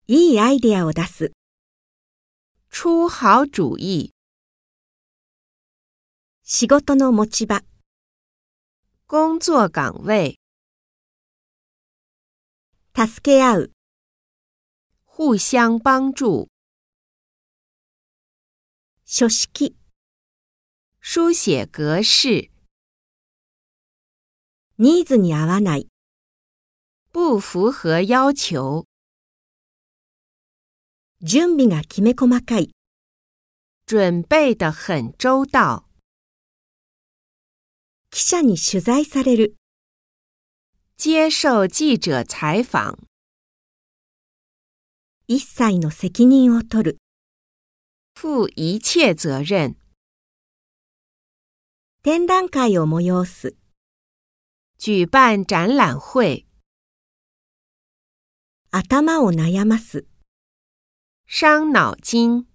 いいアイデアを出す。 出好主意。 仕事の持ち場。 工作岗位。 助け合う。 互相帮助。 書式。 书写格式。 ニーズに合わない。 不符合要求。 準備がきめ細かい。 準備得很周到。 記者に取材される。 接受記者採訪。 一切の責任を取る。 負一切責任。 展覧会を催す。 舉辦展覽會。 頭を悩ます。 傷腦筋。